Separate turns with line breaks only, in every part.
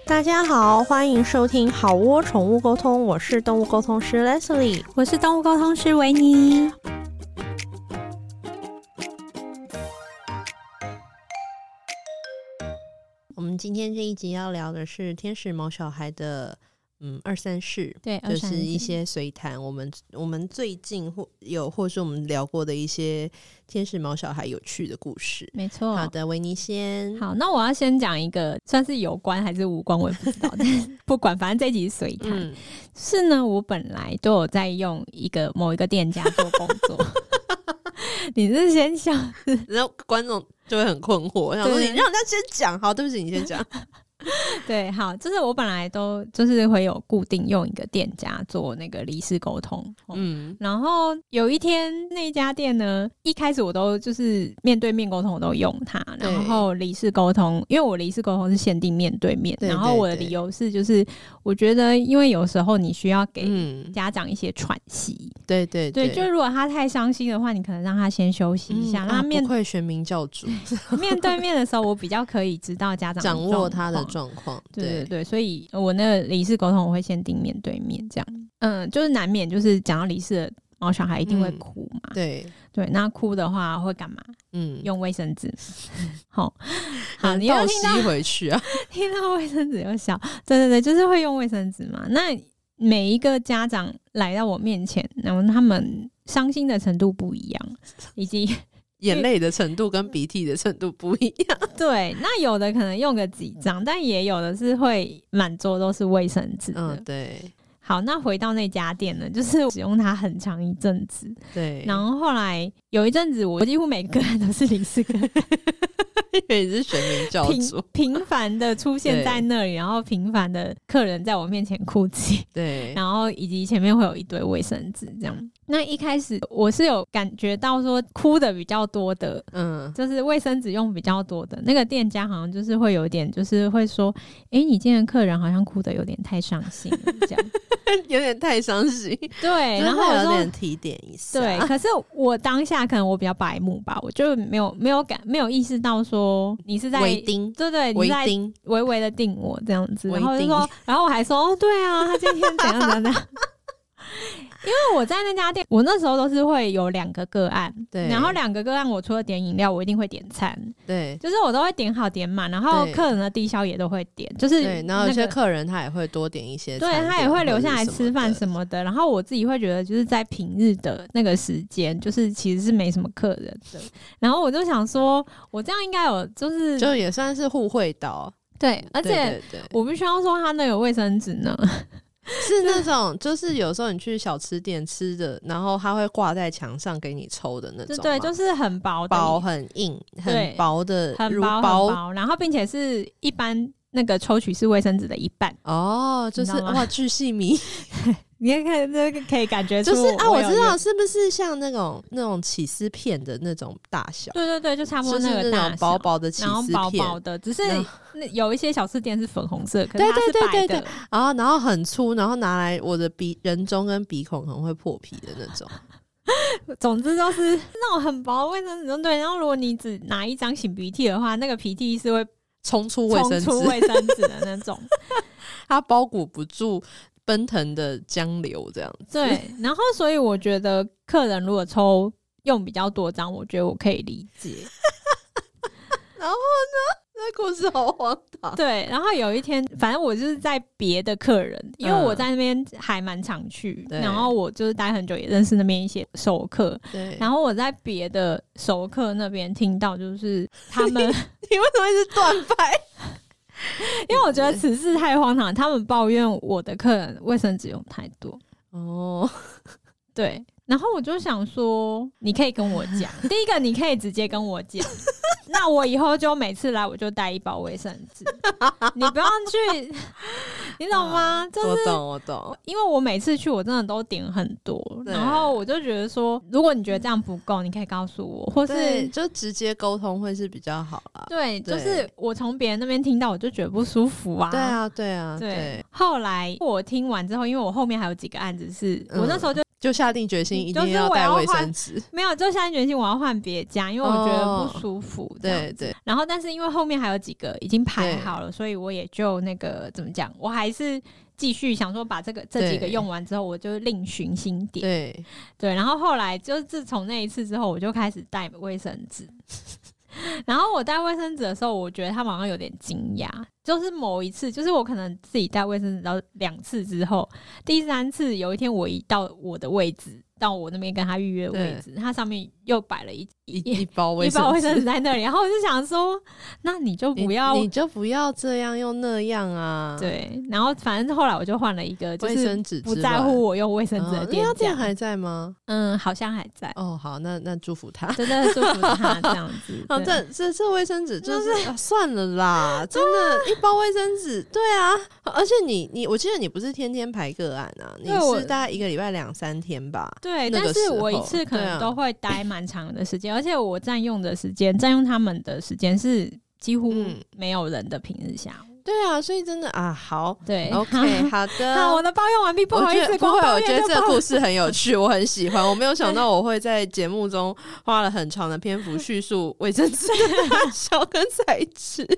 大家好，欢迎收听好窝宠物沟通，我是动物沟通师 Leslie，
我是动物沟通师维尼。
我们今天这一集要聊的是天使毛小孩的2-3事，
对，
就是一些随谈，我们最近或是我们聊过的一些天使毛小孩有趣的故事。
没错。
好的，维尼先。
好，那我要先讲一个算是有关还是无关我也不知道，但是不管，反正这一集是随谈。是呢，我本来都有在用某一个店家做工作。你是先想，
然后观众就会很困惑，想说你让人家先讲，好，对不起，你先讲。
对，好，就是我本来都就是会有固定用一个店家做那个离世沟通，然后有一天那家店呢，一开始我都就是面对面沟通我都用它，然后离世沟通，因为我离世沟通是限定面对面，然后我的理由是就是我觉得因为有时候你需要给家长一些喘息，对，就如果他太伤心的话，你可能让他先休息一下，让他
不愧玄冥教主，
面对面的时候我比较可以知道家长
掌握他的状况，
对，所以我那个离世沟通我会限定面对面这样，就是难免就是讲到离世的毛小孩一定会哭嘛，
对，
那哭的话会干嘛？用卫生纸。好，你
又听到回去啊，
听到卫生纸又笑，对，就是会用卫生纸嘛。那每一个家长来到我面前，然后他们伤心的程度不一样，以及
眼泪的程度跟鼻涕的程度不一样。
对，那有的可能用个几张，但也有的是会满桌都是卫生纸的。
对。
好，那回到那家店呢，就是使用它很长一阵子。
对。
然后后来有一阵子，我几乎每个人都是离世个案，
因为你是玄冥教主，
频繁的出现在那里，然后频繁的客人在我面前哭泣。
对。
然后以及前面会有一堆卫生纸这样。那一开始我是有感觉到说哭的比较多的，就是卫生纸用比较多的那个店家好像就是会有一点就是会说，你今天的客人好像哭的有点太伤心了这样。
有点太伤心，
对，然后
有点提点一下，
对。可是我当下可能我比较白目吧，我就没有意识到说你是在
微盯，
对，你在微微的盯我这样子，然后就说，然后我还说对啊，他今天怎样。因为我在那家店，我那时候都是会有2个个案，对，然后2个个案，我除了点饮料，我一定会点餐，对，就是我都会点好点满，然后客人的低消也都会点，就是
对，然后有些客人他也会多点一些，
对，他也会留下来吃饭什么的，然后我自己会觉得就是在平日的那个时间，就是其实是没什么客人的，然后我就想说，我这样应该有就
也算是互惠到，
对，而且我必须要说，他那个卫生纸呢。
是那种，就是有时候你去小吃店吃的，然后它会挂在墙上给你抽的那种，
对，就是很薄
很硬、很薄的，
很薄，然后并且是一般那个抽取式卫生纸的一半。
就是哇，巨细靡。
你看这个可以感觉出
就是我知道是不是像那种起司片的那种大小？
对，就差不多那个大小，
就是薄薄的起司片，
然后薄薄的，只是有一些小吃店是粉红色，可是它是白的，
然后很粗，然后拿来我的人中跟鼻孔可能会破皮的那种。
总之都是那种很薄的卫生纸，对。然后如果你只拿一张擤鼻涕的话，那个鼻涕是会
冲出卫生
纸的那种，
它包裹不住奔腾的江流这样子。
对，然后所以我觉得客人如果用比较多张，我觉得我可以理解。
然后呢，那故事好荒唐。
对，然后有一天，反正我就是在别的客人，因为我在那边还蛮常去，然后我就是待很久，也认识那边一些熟客。对，然后我在别的熟客那边听到，就是他们，
你为什么一直断拍？
因为我觉得此事太荒唐，他们抱怨我的客人卫生纸用太多。对，然后我就想说，你可以跟我讲，第一个你可以直接跟我讲，那我以后就每次来我就带一包卫生纸，你不要去，你懂吗？就是
我懂，
因为我每次去我真的都点很多，然后我就觉得说，如果你觉得这样不够，你可以告诉我，或是
就直接沟通会是比较好啦。
对，就是我从别人那边听到，我就觉得不舒服啊。
对啊。
后来我听完之后，因为我后面还有几个案子是我那时候就
就下定决心一定要带卫生纸。
没有，就下定决心我要换别家，因为我觉得不舒服这样子。对对。然后但是因为后面还有几个已经排好了，所以我也就那个怎么讲，我还是继续想说把这几个用完之后，我就另寻新点。对对。然后后来就自从那一次之后，我就开始带卫生纸。然后我带卫生纸的时候，我觉得他们好像有点惊讶，就是某一次，就是我可能自己带卫生纸到2次之后，第3次有一天我一到我的位置，到我那边跟他预约位置，他上面又摆了一包卫生纸在那里，然后我就想说，那你就不要这样用那样啊。对，然后反正后来我就换了一个就是不在乎我用卫生纸的店家。
那店还在吗？
好像还在。
哦，好，那祝福他，
真的祝福他这样子。
这卫生纸就是算了啦，真的，一包卫生纸，对啊，而且我记得你不是天天排个案啊，你是大概1个礼拜2-3天吧？
对，但是我一次可能都会待蛮长的时间，而且我占用他们的时间是几乎没有人的平日下午。
对啊，所以真的啊，好，
对
，OK， 好的，
好，我的抱怨完毕，不好意思，
不会，我觉得这个故事很有趣，我很喜欢。我没有想到我会在节目中花了很长的篇幅叙述卫生纸的大小跟材质。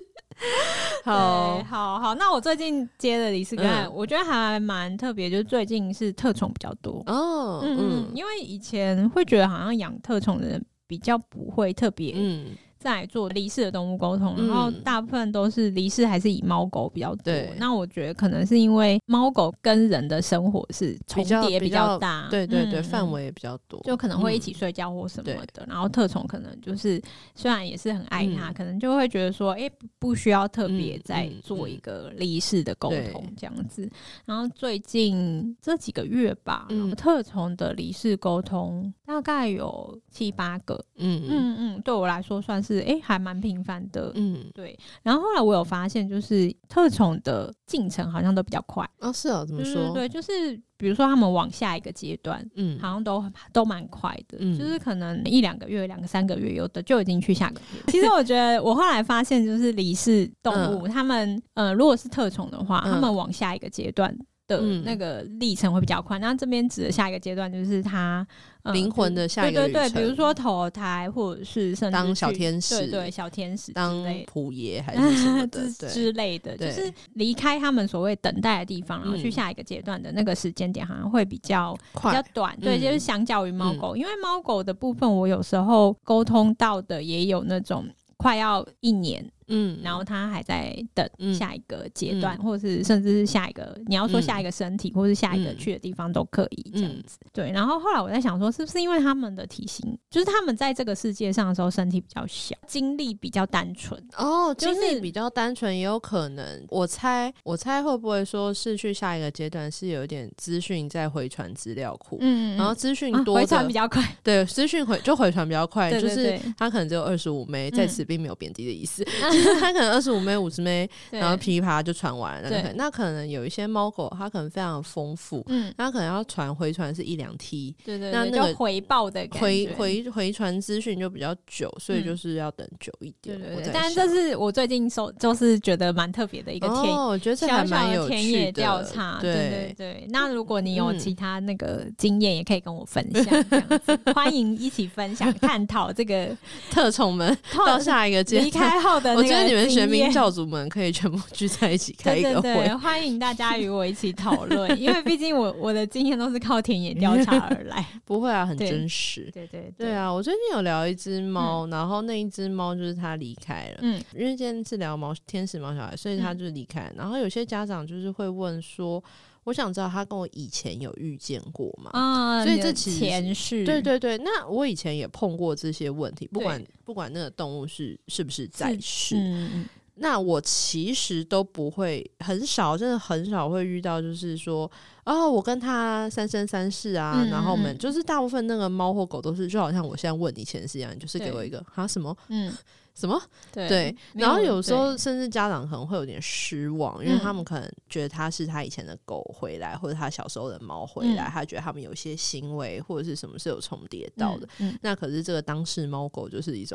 好，那我最近接的李斯个案，我觉得还蛮特别，就是最近是特宠比较多哦，因为以前会觉得好像养特宠的人比较不会特别在做离世的动物沟通，然后大部分都是离世还是以猫狗比较多。那我觉得可能是因为猫狗跟人的生活是重叠比较大，
对对对，范围也比较多，
就可能会一起睡觉或什么的。然后特宠可能就是虽然也是很爱它，可能就会觉得说，不需要特别再做一个离世的沟通这样子。然后最近这几个月吧，特宠的离世沟通大概有7-8个，对我来说算是还蛮频繁的，对。然后后来我有发现，就是特宠的进程好像都比较快。
哦，是哦，怎么说？
对，就是比如说他们往下一个阶段，好像都蛮快的，就是可能1-2个月、2-3个月，有的就已经去下个月。其实我觉得我后来发现，就是离世动物，他们如果是特宠的话，他们往下一个阶段的那个历程会比较快。那这边指的下一个阶段就是他
灵魂的下一个旅程，
对，比如说投胎，或者是甚至
当小天使，
对小天使，
当普爷还是什么的
之类的，就是离开他们所谓等待的地方，然后去下一个阶段的那个时间点，好像会比较短。对，就是相较于猫狗，因为猫狗的部分，我有时候沟通到的也有那种快要1年。然后他还在等下一个阶段，或者是甚至是下一个，你要说下一个身体，或是下一个去的地方都可以这样子。对，然后后来我在想说，是不是因为他们的体型，就是他们在这个世界上的时候身体比较小，精力比较单纯。
哦，精力比较单纯也有可能。我猜会不会说是去下一个阶段是有一点资讯在回传资料库，然后资讯多的，
回传比较快。
对，资讯回传比较快，
对对对，
就是他可能只有25枚，在此并没有贬低的意思。他可能25枚、50枚，然后噼啪就传完了。那可能有一些猫狗，它可能非常丰富，它可能要回传是1-2梯，
对对对，
那个
回报的感觉，
回传资讯就比较久，所以就是要等久一点。
对对对，但这是我最近就是觉得蛮特别的一个
我觉得这还蛮有趣的
田野调查。对对对，那如果你有其他那个经验，也可以跟我分享，这样子欢迎一起分享探讨这个
特宠们到下一个阶段
离开后的那个。
我觉得你们玄冥教主们可以全部聚在一起开一个会，
对，欢迎大家与我一起讨论，因为毕竟我的经验都是靠田野调查而来。
不会啊，很真实。
对对
对啊，我最近有聊一只猫，然后那一只猫就是它离开了，因为今天是聊天使猫小孩，所以它就是离开了。然后有些家长就是会问说，我想知道他跟我以前有遇见过吗？所以这其实
前世，
对对对。那我以前也碰过这些问题，不管那个动物是不是在世，那我其实都不会，很少，真的很少会遇到，就是说，我跟他3生3世啊，然后我们就是大部分那个猫或狗都是，就好像我现在问你前世一样，你就是给我一个什么，什么？对，然后有时候甚至家长可能会有点失望，因为他们可能觉得他是他以前的狗回来，或者他小时候的猫回来，他觉得他们有些行为或者是什么是有重叠到的。那可是这个当事猫狗就是一种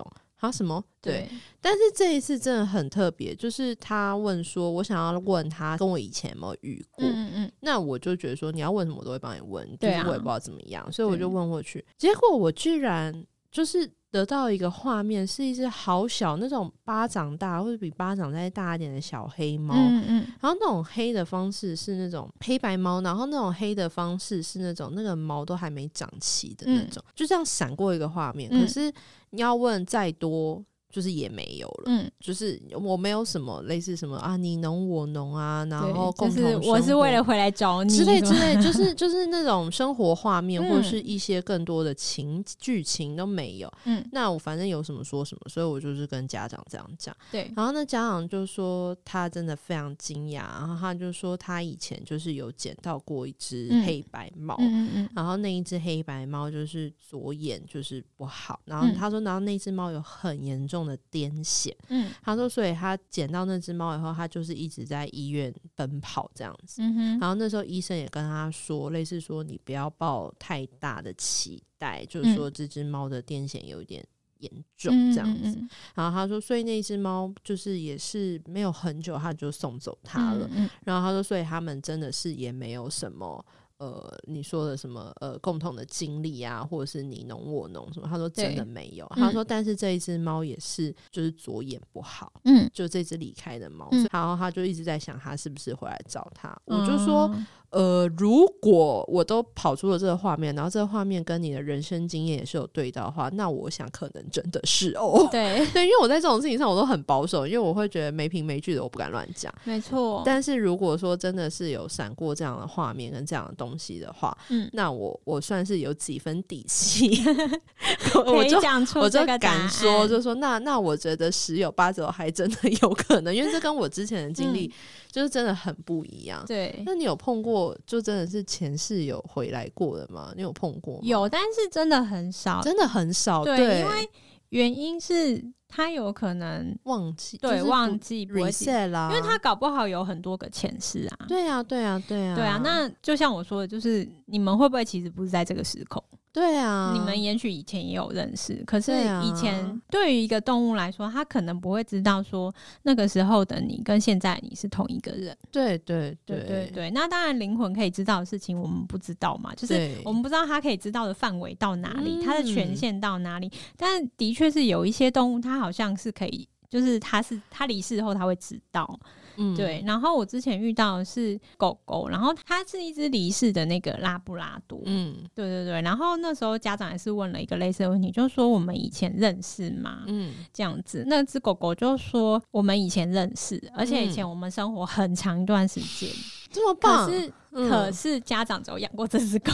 啊什么？对，但是这一次真的很特别，就是他问说我想要问他跟我以前有没有遇过，那我就觉得说你要问什么我都会帮你问，就是我也不知道怎么样，所以我就问过去，结果我居然就是得到一个画面，是一只好小那种巴掌大或者比巴掌再大一点的小黑猫，然后那种黑的方式是那种黑白猫，然后那种黑的方式是那种那个毛都还没长齐的那种，就这样闪过一个画面，可是你要问再多就是也没有了，就是我没有什么类似什么啊你侬我侬啊，然后共同生活，
就是我是为了回来找你
之类之类，就是那种生活画面或者是一些更多的剧情都没有。那我反正有什么说什么，所以我就是跟家长这样讲。对，然后那家长就说他真的非常惊讶，然后他就说他以前就是有捡到过一只黑白猫，然后那一只黑白猫就是左眼就是不好，然后他说然后那只猫有很严重的癫痫，他说所以他捡到那只猫以后他就是一直在医院奔跑这样子，然后那时候医生也跟他说类似说你不要抱太大的期待，就是说这只猫的癫痫有一点严重这样子，然后他说所以那只猫就是也是没有很久他就送走它了，然后他说所以他们真的是也没有什么你说的什么共同的经历啊，或者是你侬我侬什么，他说真的没有，他说但是这一只猫也是就是左眼不好，就这只离开的猫，然后他就一直在想他是不是回来找他，我就说如果我都跑出了这个画面，然后这个画面跟你的人生经验也是有对到的话，那我想可能真的是对，因为我在这种事情上我都很保守，因为我会觉得没凭没据的我不敢乱讲，没错，但是如果说真的是有闪过这样的画面跟这样的东西的话，那我算是有几分底气我就敢说就说那我觉得10有8九还真的有可能，因为这跟我之前的经历就是真的很不一样。对，那你有碰过就真的是前世有回来过的吗？你有碰过吗？
有，但是真的很少，
真的很少。对，
因为原因是他有可能
忘记，
对，忘记
reset 啦，
因为他搞不好有很多个前世啊。
对啊，对啊，对啊，
对啊。那就像我说的，就是你们会不会其实不是在这个时空？
对啊，
你们也许以前也有认识，可是以前对于一个动物来说，他可能不会知道说那个时候的你跟现在你是同一个人。对对对对对。那当然灵魂可以知道的事情我们不知道嘛，就是我们不知道他可以知道的范围到哪里，他的权限到哪里，但的确是有一些动物它好像是可以，就是他离世后他会知道。对，然后我之前遇到的是狗狗，然后它是一只离世的那个拉布拉多，对对对，然后那时候家长也是问了一个类似的问题，就说我们以前认识吗？这样子，那只狗狗就说我们以前认识，而且以前我们生活很长一段时间，
这么棒，
可是家长只有养过这只狗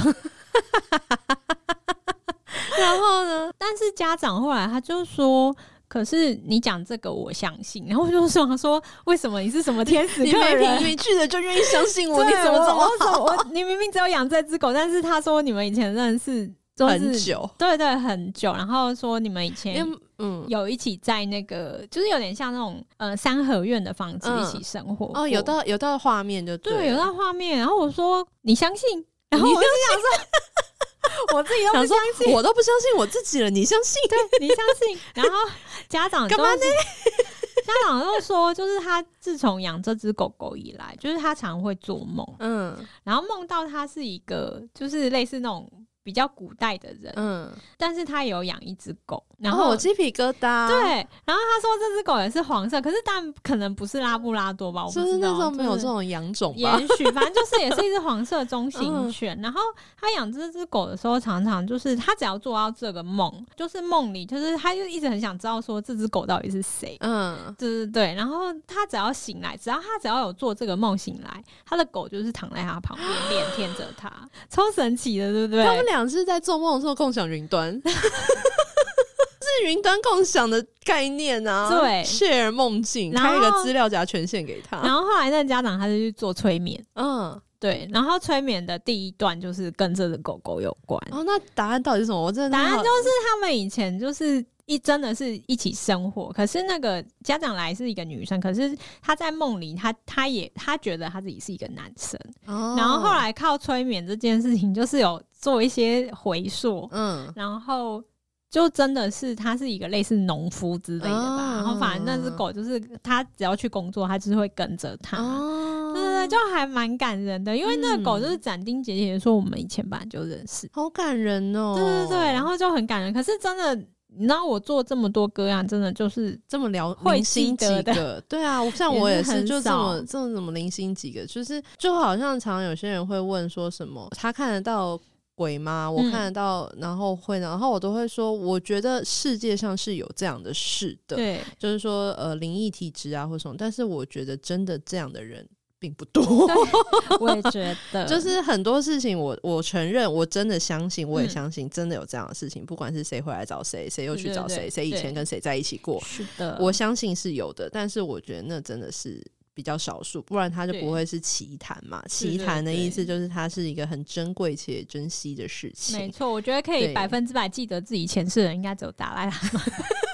然后呢，
但是家长后来他就说可是你讲这个我相信，然后我就想说为什么你是什么天使客人，
你没凭没据的就愿意相信我你怎么这么好
你明明只有养这只狗，但是他说你们以前认识
很久，
对对很久，然后说你们以前有一起在那个就是有点像那种三合院的房子一起生活
哦，有到画面就对，
有到画面，然后我说你相信，然后我就想说我自己都不相信，
我都不相信我自己了，你相信？
对，你相信。然后家长
干嘛呢？
家长就说，就是他自从养这只狗狗以来，就是他常会做梦，然后梦到他是一个就是类似那种比较古代的人，但是他也有养一只狗，然后
我鸡皮疙瘩。
对，然后他说这只狗也是黄色，可是但可能不是拉布拉多吧，我不知道，
就是那时候没有这种养种吧，
也许反正就是也是一只黄色中型犬。然后他养这只狗的时候，常常就是他只要做到这个梦，就是梦里就是他就一直很想知道说这只狗到底是谁，对对对。然后他只要醒来，只要有做这个梦醒来，他的狗就是躺在他旁边脸贴着他，超神奇的，对不对？
他们俩是在做梦的时候共享云端是云端共享的概念啊，
对
，share 梦境，开一个资料夹权限给他。
然后后来那个家长他就去做催眠，对，然后催眠的第一段就是跟这只狗狗有关。
那答案到底是什么？我真的
答案就是他们以前就是真的是一起生活，可是那个家长来是一个女生，可是她在梦里她觉得她自己是一个男生，然后后来靠催眠这件事情就是有做一些回溯，然后就真的是它是一个类似农夫之类的吧，然后反正那只狗就是它只要去工作，它就是会跟着它。对，就还蛮感人的，因为那个狗就是斩钉截铁的说我们以前本来就认识，
好感人哦。
对，然后就很感人。可是真的，你知道我做这么多个案，真的就是
这么
会
零
记得
几个，对啊，像我也是就这么零星几个，就好像常有些人会问说什么，他看得到鬼吗？我看得到，然后我都会说，我觉得世界上是有这样的事的，
对，
就是说灵异体质啊或什么，但是我觉得真的这样的人并不多。
我也觉得
就是很多事情我承认，我真的相信，我也相信真的有这样的事情，不管是谁回来找谁，谁又去找谁，谁以前跟谁在一起过，
是的，
我相信是有的，但是我觉得那真的是比较少数，不然它就不会是奇谈嘛。奇谈的意思就是它是一个很珍贵且珍惜的事情。
没错，我觉得可以100%记得自己前世的人应该只有达赖喇嘛。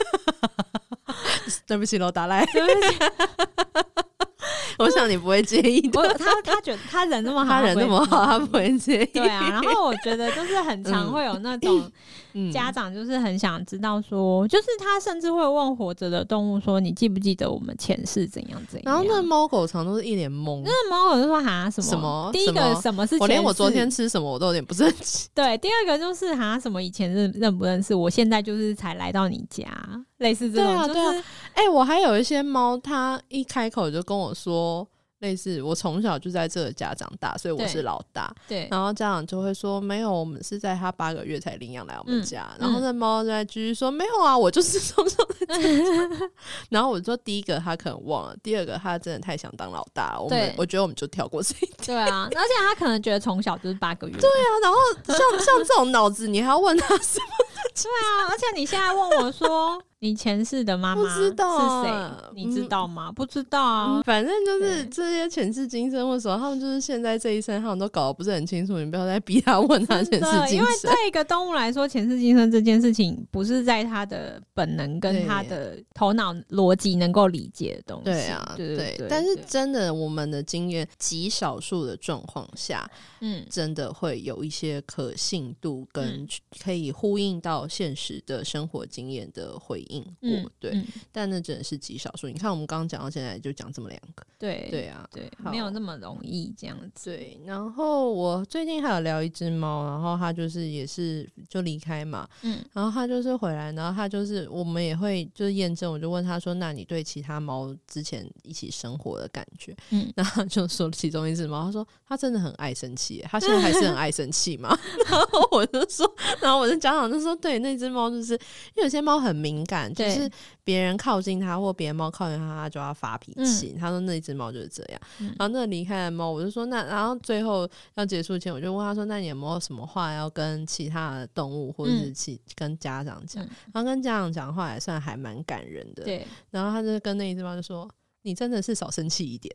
对不起咯，达赖，对不起。我想你不会介意的。
他觉得他人那么好，
他人那么好，他不会介意。
对啊，然后我觉得就是很常会有那种家长就是很想知道说，就是他甚至会问活着的动物说，你记不记得我们前世怎样怎样？
然后那猫狗常都是一脸懵，
那猫狗就说哈什么？第一个什么是前世？
我连我昨天吃什么我都有点不是很记。
对，第二个就是哈什么以前认不认识？我现在就是才来到你家，类似这种。
对啊。我还有一些猫，它一开口就跟我说，类似我从小就在这个家长大，所以我是老大。
对，
然后家长就会说，没有，我们是在他8个月才领养来我们家。然后那猫就在继续说，没有啊，我就是从小在这家。然后我说，第一个他可能忘了，第二个他真的太想当老大了。我觉得我们就跳过这一点。
对啊，而且他可能觉得从小就是8个月。
对啊，然后像这种脑子，你还要问他什么？
对啊，而且你现在问我说你前世的妈妈是谁？你知道吗？不知道啊。
反正就是这些前世今生或什么，他们就是现在这一生，他们都搞得不是很清楚。你不要再逼他问他前世今生，
因为对一个动物来说，前世今生这件事情不是在他的本能跟他的头脑逻辑能够理解的东西。
对啊，对。但是真的，我们的经验极少数的状况下，真的会有一些可信度跟可以呼应到现实的生活经验的回应过。对，但那真的是极少数。你看，我们刚刚讲到现在就讲这么2个。对啊，
没有那么容易这样子。
对，然后我最近还有聊一只猫，然后它就是也是就离开嘛，然后它就是回来，然后它就是我们也会就是验证，我就问他说，那你对其他猫之前一起生活的感觉？然后就说其中一只猫，他说他真的很爱生气，他现在还是很爱生气嘛。然后我就说，然后我的家长就说，对，那只猫就是因为有些猫很敏感，就是别人靠近它或别的猫靠近它，它就要发脾气。他说那只猫就是这样。然后那个离开的猫，我就说那，然后最后要结束前，我就问他说，那你有没有什么话要跟其他的动物或者是跟家长讲？然后跟家长讲话也算还蛮感人的。
对，
然后他就跟那一只猫就说，你真的是少生气一点。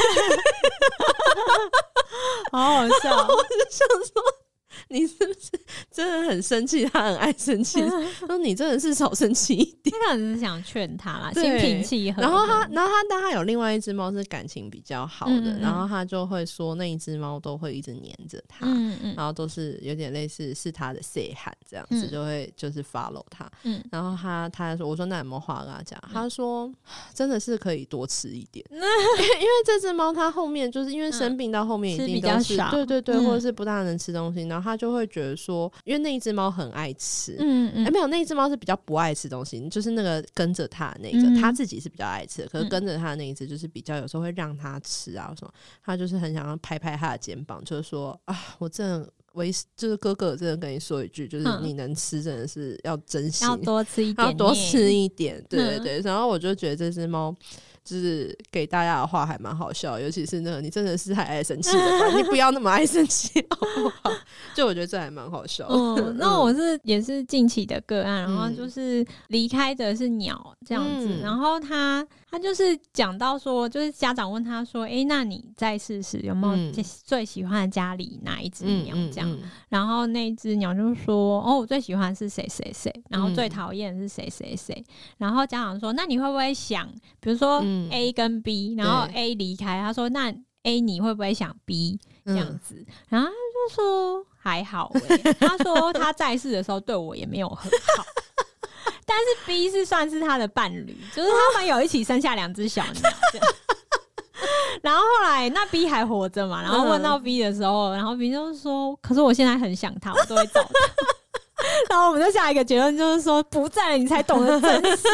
好好笑。
我就想说，你是不是真的很生气？他很爱生气。说你真的是少生气一点。
他可能是想劝他啦，心平气和。
然后但他有另外一只猫是感情比较好的，然后他就会说那一只猫都会一直黏着他，然后都是有点类似是他的 say 喊这样子，就会就是 follow 他。然后他说，我说那有没有话跟他讲？他说真的是可以多吃一点，因为这只猫它后面就是因为生病到后面一定都是对，或者是不大能吃东西，然后他就会觉得说，因为那一只猫很爱吃，没有，那一只猫是比较不爱吃东西，就是那个跟着他的那个，他自己是比较爱吃的，可是跟着他的那一只就是比较有时候会让他吃啊什么，他就是很想要拍拍他的肩膀，就是说啊，我真的就是哥哥真的跟你说一句，就是你能吃真的是要珍惜，
要多吃一点，
要多吃一点，对。然后我就觉得这只猫就是给大家的话还蛮好笑，尤其是那个你真的是太爱生气了吧，你不要那么爱生气好不好？就我觉得这还蛮好笑的。
那我也是近期的个案，然后就是离开的是鸟这样子，然后他就是讲到说，就是家长问他说，那你在世时有没有最喜欢的家里哪一只鸟这样？然后那一只鸟就说，我最喜欢是谁谁谁，然后最讨厌是谁谁谁。然后家长说，那你会不会想，比如说A 跟 B， 然后 A 离开，他说那 A 你会不会想 B 这样子？然后他就说还好他说他在世的时候对我也没有很好。 但是 B 是算是他的伴侣，就是他们有一起生下2只小鸟然后后来那 B 还活着嘛，然后问到 B 的时候，然后 B 就说可是我现在很想他，我都会找他然后我们就下一个结论就是说不在了你才懂得珍惜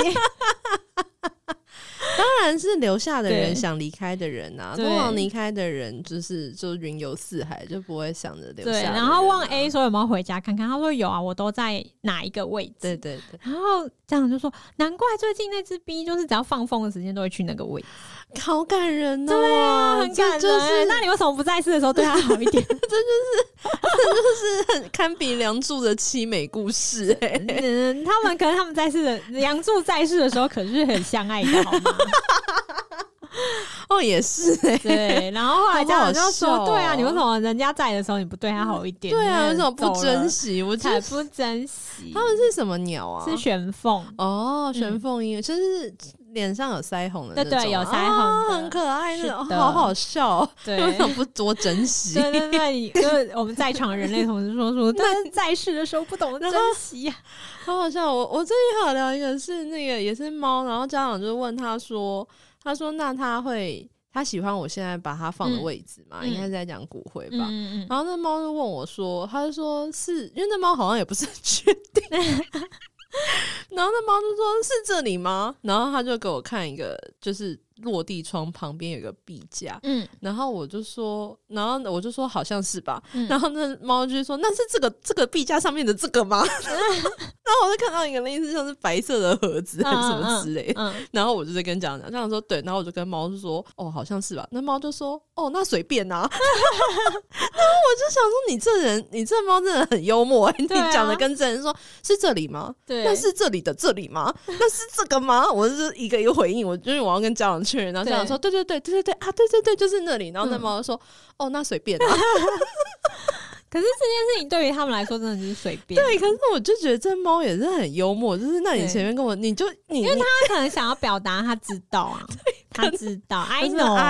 当然是留下的人想离开的人啊，通常离开的人就云游四海，就不会想着留下的人啊。对，
然后问 A 说有没有回家看看，他说有啊，我都在哪一个位置。
对对对，
然后家长就说难怪最近那只 B 就是只要放风的时间都会去那个位置，
好感人哦。
对啊，很感人。就是那你为什么不在世的时候对他好一点？
这就是很堪比梁祝的凄美故事
他们可能他们在世的梁祝在世的时候可是很相爱的好吗
哦，也是
对，然后后来家长就说对啊，你为什么人家在的时候你不对他好一点？
对啊，为什么不珍惜？我
才不珍惜。
他们是什么鸟啊？
是玄凤
哦，玄凤鹰，就是脸上有腮红的那种，
对，有腮红的，
很可爱的，好好笑。对，为什么不多珍惜？
对，就是我们在场的人类同事说但是在世的时候不懂得珍惜啊，
好好笑。我最近还有聊一个是那个也是猫，然后家长就问他说那他喜欢我现在把它放的位置嘛？应该是在讲骨灰吧。然后那猫就问我说，他就说是因为那猫好像也不是很确定。然后那猫就说是这里吗？然后他就给我看一个就是落地窗旁边有一个壁架，然后我就说好像是吧，然后那猫就说那是这个壁架上面的这个吗？然后我就看到一个类似像是白色的盒子还是什么之类的，然后我就在跟家长说对，然后我就跟猫就说哦好像是吧，那猫就说哦那随便啊。然后我就想说你这猫真的很幽默你讲的跟真人说是这里吗？对，那是这里的这里吗？那是这个吗？我就是一个一个回应，就是我要跟家长确认，然后家长说对啊，对，就是那里。然后那猫就说哦那随便啊。
可是这件事情对于他们来说真的就是随便。
对，可是我就觉得这猫也是很幽默，就是那你前面跟我因
为他可能想要表达他知道啊，他知道 I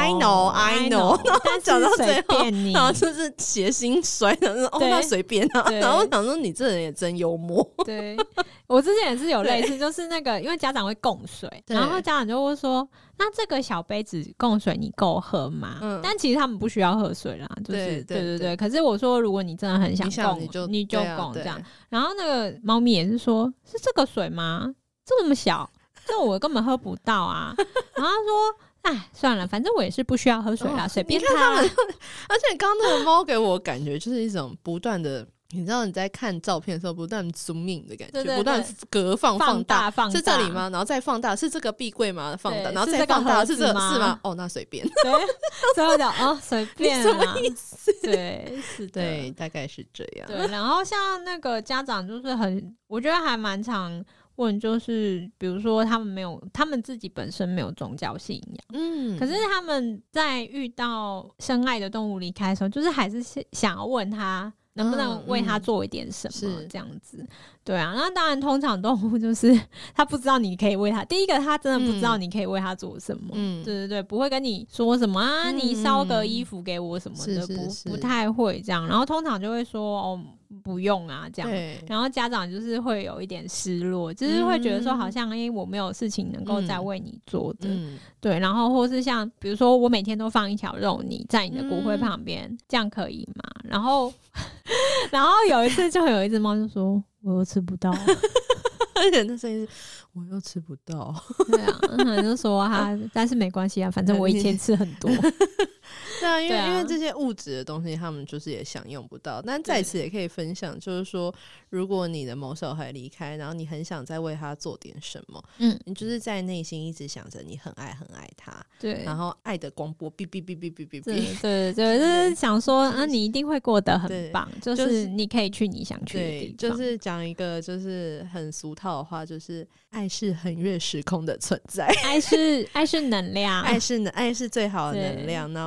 know，
但讲到最后然后
就
是斜心摔的哦那随便啊。然后我想说你这人也真幽默。
对，我之前也是有类似，就是那个因为家长会供水，然后家长就会说那这个小杯子供水你够喝吗？但其实他们不需要喝水啦，就是对。可是我说如果你真的很想供你就供这样。然后那个猫咪也是说是这个水吗？这么小，这我根本喝不到啊。然后他说哎，算了，反正我也是不需要喝水啦，随便他们。
而且刚刚那个猫给我感觉就是一种不断的，你知道你在看照片的时候不断 zoom in 的感觉，对，不断隔放大，是这里吗？然后再放大，是这个壁柜吗？放大，然后再放大，是这是吗？哦，那随便。
对，最后讲哦，随便
什么意思？
对，是的，
对，大概是这样。
对，然后像那个家长就是我觉得还蛮常问，就是比如说他们自己本身没有宗教信仰，可是他们在遇到深爱的动物离开的时候，就是还是想要问他能不能为他做一点什么这样子。对啊，那当然通常动物就是他不知道你可以为他，第一个他真的不知道你可以为他做什么，对，不会跟你说什么啊你烧个衣服给我什么的，不太会这样。然后通常就会说哦不用啊这样，然后家长就是会有一点失落，就是会觉得说好像我没有事情能够再为你做的，对，然后或是像比如说我每天都放一条肉泥在你的骨灰旁边，这样可以吗？然后有一次就有一只猫就说我又吃不到。
而且那声音是我又吃不到。
对啊，他就说但是没关系啊，反正我以前吃很多。
对啊，因为这些物质的东西他们就是也享用不到，但在此也可以分享，就是说如果你的某小孩离开，然后你很想再为他做点什么，你就是在内心一直想着你很爱很爱他，对，然后爱的光波哔哔哔哔哔哔哔，
对，就是想说你一定会过得很棒，就是你可以去你想去的地方。
就是讲一个就是很俗套的话，就是爱是横越时空的存在，
爱是能量，
爱是最好的能量，然后骨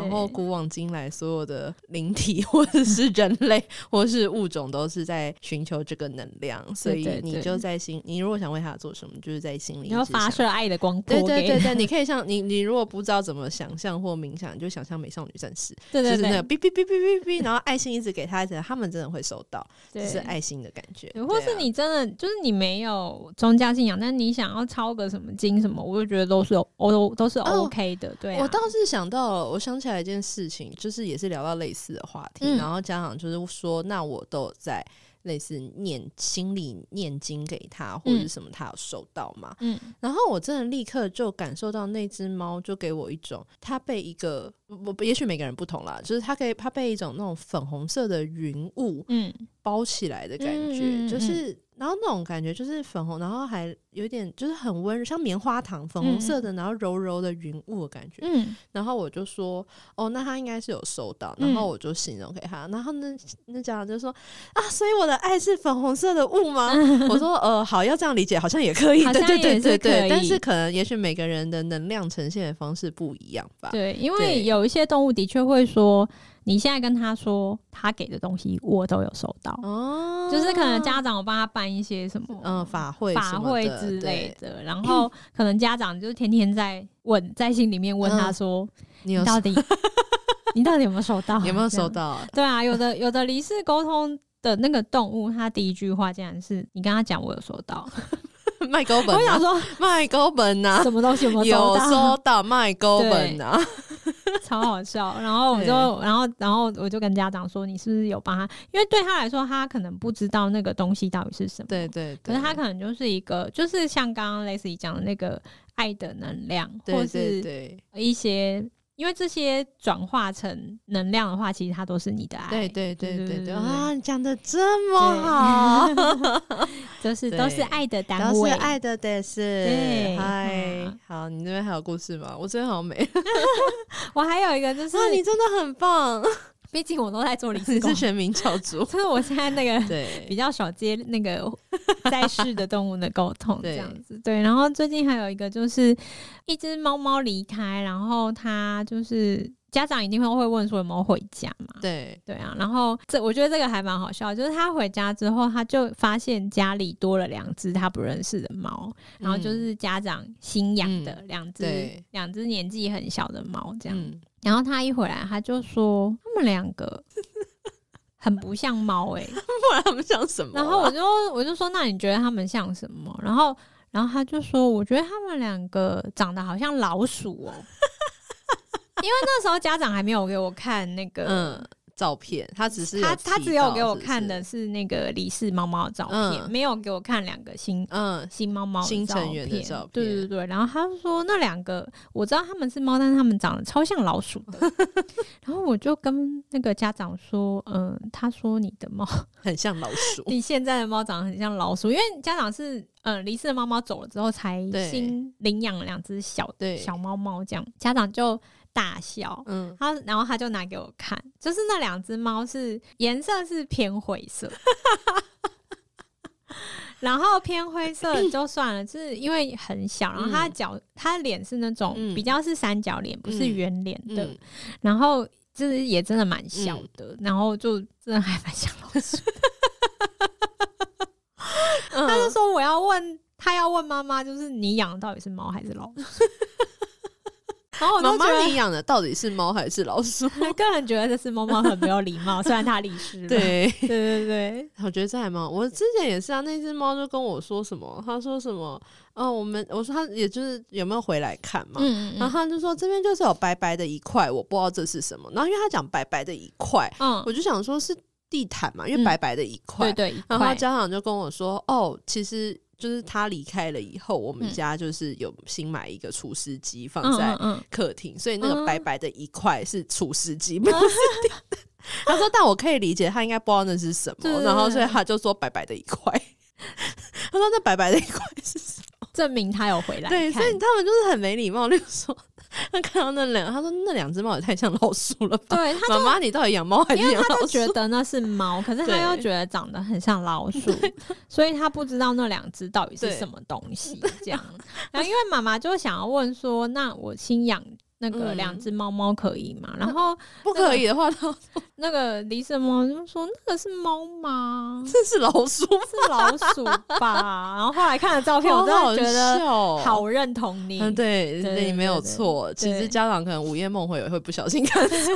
古往今来所有的灵体或者是人类或是物种都是在寻求这个能量，所以你就在心，你如果想为他做什么，就是在心里
你要发射爱的光波。
对，你可以像你如果不知道怎么想象或冥想，你就想象美少女战士，
对，
就是那个哔哔哔哔哔哔，然后爱心一直给他，他们真的会收到，就是爱心的感觉。
或是你真的就是你没有宗教信仰，但你想要抄个什么经什么，我就觉得都是 OK 的。对啊，
我倒是想到了，我想起来一件事情，就是也是聊到类似的话题，然后家长就是说，那我都有在类似心里念经给他或者是什么，他有收到嘛？然后我真的立刻就感受到那只猫就给我一种，它被一个也许每个人不同啦，就是它被一种那种粉红色的云雾包起来的感觉，就是然后那种感觉就是粉红，然后还有点就是很温柔，像棉花糖粉红色的，然后柔柔的云雾的感觉。然后我就说哦，那他应该是有收到，然后我就形容给他，然后那家长就说啊，所以我的爱是粉红色的雾吗？我说好，要这样理解好像也可以，对，但是可能也许每个人的能量呈现的方式不一样吧。
对，因为有一些动物的确会说，你现在跟他说他给的东西我都有收到，就是可能家长有帮他办一些什么
法会
之类的，然后可能家长就天天在心里面问他说，你到底有没有收到？
有没有收到？
对啊，有的离世沟通的那个动物，他第一句话竟然是你跟他讲我有收到。
卖高本、啊，
我想说
卖高本啊，
什么东西有没有
收到卖高本啊，
超好笑。然后我就跟家长说，你是不是有帮他？因为对他来说，他可能不知道那个东西到底是什么。对，可是他可能就是一个，就是像刚刚 Lacy 讲的那个爱的能量，或是一些。因为这些转化成能量的话，其实它都是你的爱。对
啊，你讲的这么好，
就是都是爱的单位，
都是爱的的是。对，嗨，好，你那边还有故事吗？我这边好像没。
我还有一个就是，
你真的很棒。
毕竟我都在做理事工，
你是全民教主，
就是我现在那个比较少接那个在世的动物的沟通这样子。对，然后最近还有一个就是一只猫猫离开，然后它就是家长一定会问说有没有回家嘛？对啊，然后我觉得这个还蛮好笑，就是他回家之后，他就发现家里多了2只他不认识的猫，然后就是家长新养的两只年纪很小的猫这样。然后他一回来，他就说他们2个很不像猫不
然他们像什么？
然后我就说那你觉得他们像什么？然后他就说我觉得他们2个长得好像老鼠因为那时候家长还没有给我看那个
照片，他只
有给我看的是那个离世猫猫的照片，没有给我看2个新猫猫的
新成员的照
片。对，然后他说那2个我知道他们是猫，但是他们长得超像老鼠的。然后我就跟那个家长说，他说你的猫
很像老鼠，
你现在的猫长得很像老鼠，因为家长是离世的猫猫走了之后才新领养了2只小猫猫，这样家长就大笑，然后他就拿给我看，就是那2只猫是颜色是偏灰色，然后偏灰色就算了，是因为很小，然后他的脸是那种比较是三角脸，不是圆脸的，然后就是也真的蛮小的，然后就真的还蛮像老鼠。他就说他要问妈妈，就是你养的到底是猫还是老鼠？然后我就觉得
妈妈，你养的到底是猫还是老鼠？
我个人觉得这只猫猫很没有礼貌，虽然它离世了。对，
我觉得这还蛮……我之前也是啊，那只猫就跟我说什么，他说什么我说他也就是有没有回来看嘛，然后他就说这边就是有白白的一块，我不知道这是什么。然后因为他讲白白的一块，我就想说是地毯嘛，因为白白的一块，
对，
然后家长就跟我说，其实。就是他离开了以后，我们家就是有新买一个除湿机放在客厅，所以那个白白的一块是除湿机，不是他说，但我可以理解，他应该不知道那是什么，然后所以他就说白白的一块。他说那白白的一块是什么？
证明他有回来看。
对，所以他们就是很没礼貌，例如说。他看到他说那2只猫也太像老鼠了吧？对，妈妈，你到底养猫还是养老鼠？
因为他就觉得那是猫，可是他又觉得长得很像老鼠，所以他不知道那2只到底是什么东西。这样，然后因为妈妈就想要问说，那我新养那个2只猫猫可以吗？然后
不可以的话，
那个狸舍猫就说那个是猫吗？
这是老鼠，
是老鼠吧？然后后来看了照片，我真的觉得好认同你。
对，你没有错。其实家长可能午夜梦回会不小心看错。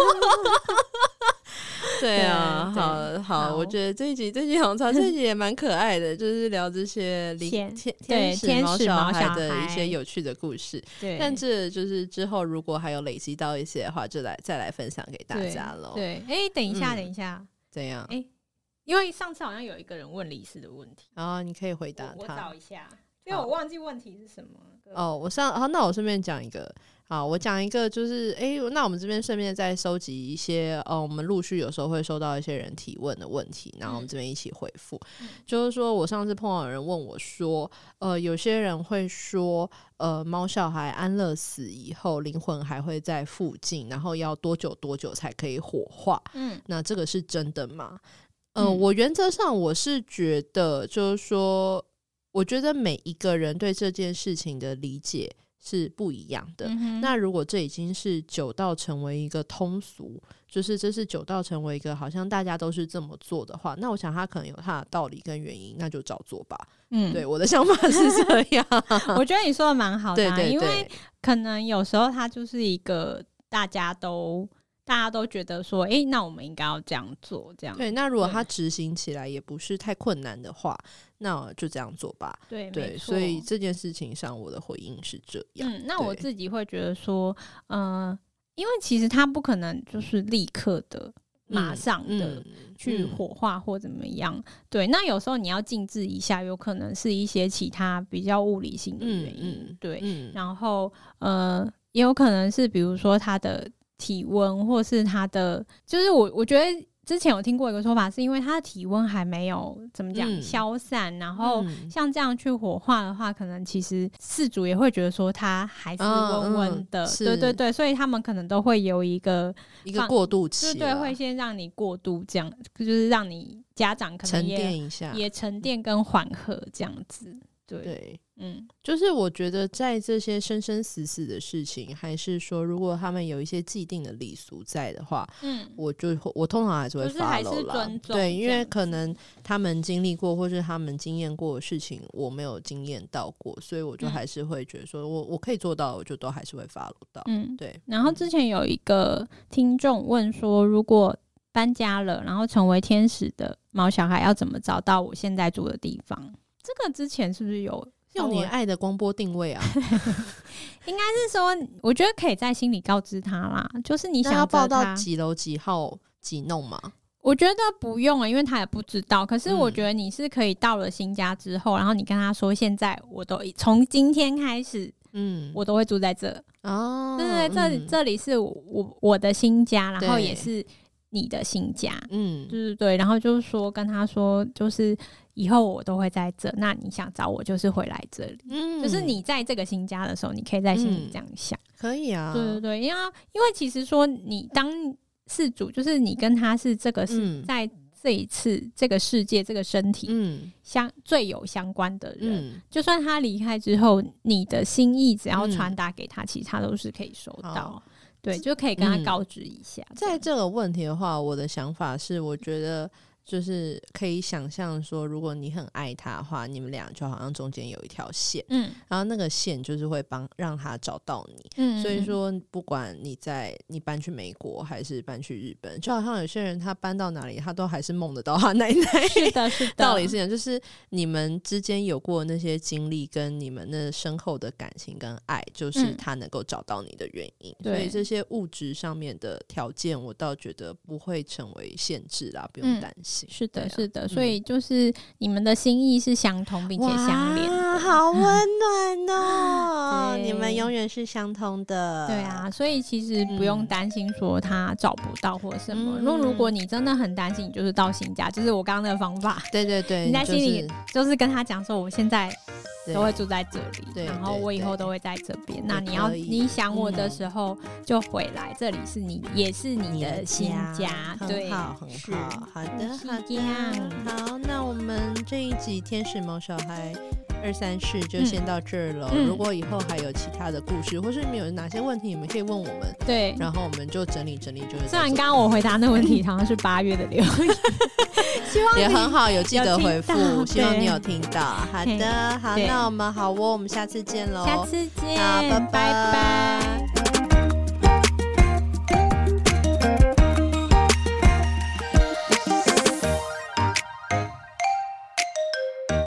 对啊，好，我觉得这一集好长，这一集也蛮可爱的，就是聊这些天使毛小孩的一些有趣的故事。对，但这就是之后如果还有累积到一些的话，就再来分享给大家咯。
对，等一下，
怎样？
因为上次好像有一个人问李斯的问题，
然后你可以回答他。
我找一下，因为我忘记问题是什么。
那我顺便讲一个。好，我讲一个，就是那我们这边顺便再收集一些我们陆续有时候会收到一些人提问的问题，然后我们这边一起回复。就是说我上次碰到有人问我说，有些人会说，猫小孩安乐死以后灵魂还会在附近，然后要多久才可以火化？那这个是真的吗？我原则上我是觉得，就是说，我觉得每一个人对这件事情的理解是不一样的。那如果这已经是久到成为一个通俗，就是这是久到成为一个好像大家都是这么做的话，那我想他可能有他的道理跟原因，那就照做吧。对，我的想法是这样。
我觉得你说的蛮好的。
对，
因为可能有时候它就是一个大家都觉得说那我们应该要这样做，这样。对，
那如果他执行起来也不是太困难的话，那就这样做吧。对，所以这件事情上我的回应是这样。
那我自己会觉得说因为其实他不可能就是立刻的马上的去火化或怎么样。对，那有时候你要静置一下，有可能是一些其他比较物理性的原因。对，然后也有可能是比如说他的体温，或是他的，就是我觉得之前有听过一个说法，是因为他的体温还没有怎么讲消散，然后像这样去火化的话，可能其实饲主也会觉得说他还是温温的。对，所以他们可能都会有一个
过渡期，
对，会先让你过渡，这样就是让你家长可能
沉淀一下，
也沉淀跟缓和这样子。对，
就是我觉得在这些生生死死的事情，还是说如果他们有一些既定的礼俗在的话，我通常还是会 follow 啦。对，因为可能他们经历过或是他们经验过的事情我没有经验到过，所以我就还是会觉得说我可以做到，我就都还是会 follow 到。对。然
后之前有一个听众问说，如果搬家了，然后成为天使的毛小孩要怎么找到我现在住的地方？这个之前是不是有
用你爱的光波定位啊？
应该是说我觉得可以在心里告知他啦，就是你想
要报到几楼几号几弄吗？
我觉得不用因为他也不知道。可是我觉得你是可以到了新家之后，然后你跟他说现在我都从今天开始我都会住在这。对，这里是我的新家，然后也是你的新家。对，然后就是说跟他说，就是以后我都会在这，那你想找我就是回来这里。就是你在这个新家的时候，你可以在心里这样想。可
以啊。
对，因为其实说你当事主，就是你跟他是这个是在这一次这个世界这个身体最有相关的人，就算他离开之后，你的心意只要传达给他，其实他都是可以收到。对，就可以跟他告知一下。
在这个问题的话，我的想法是，我觉得就是可以想象说，如果你很爱他的话，你们俩就好像中间有一条线，然后那个线就是会让他找到你。所以说不管你搬去美国还是搬去日本，就好像有些人他搬到哪里他都还是梦得到他奶奶。
是的
道理是这样，就是你们之间有过那些经历跟你们那深厚的感情跟爱，就是他能够找到你的原因。所以这些物质上面的条件我倒觉得不会成为限制啦，不用担心。
是的，所以就是你们的心意是相同并且相连的。
好温暖哦。你们永远是相通的。
对啊，所以其实不用担心说他找不到或什么。如果你真的很担心，你就是到新家，就是我刚刚那个方法。
对，
你在心里就是跟他讲说我现在都会住在这里，然后我以后都会在这边。那你想我的时候就回来，这里是也是你的新家。对，
很好。好的，好，那我们这一集天使毛小孩 234就先到这儿了。如果以后还有其他的故事，或是你们有哪些问题，你们可以问我们。
对，
然后我们就整理整理。就是
虽然刚刚我回答那问题好像是8月的留言，希望
也很好，有记得回复，希望你有听到。好的，好，那我们下次见喽。
下次见，
好，拜
拜拜。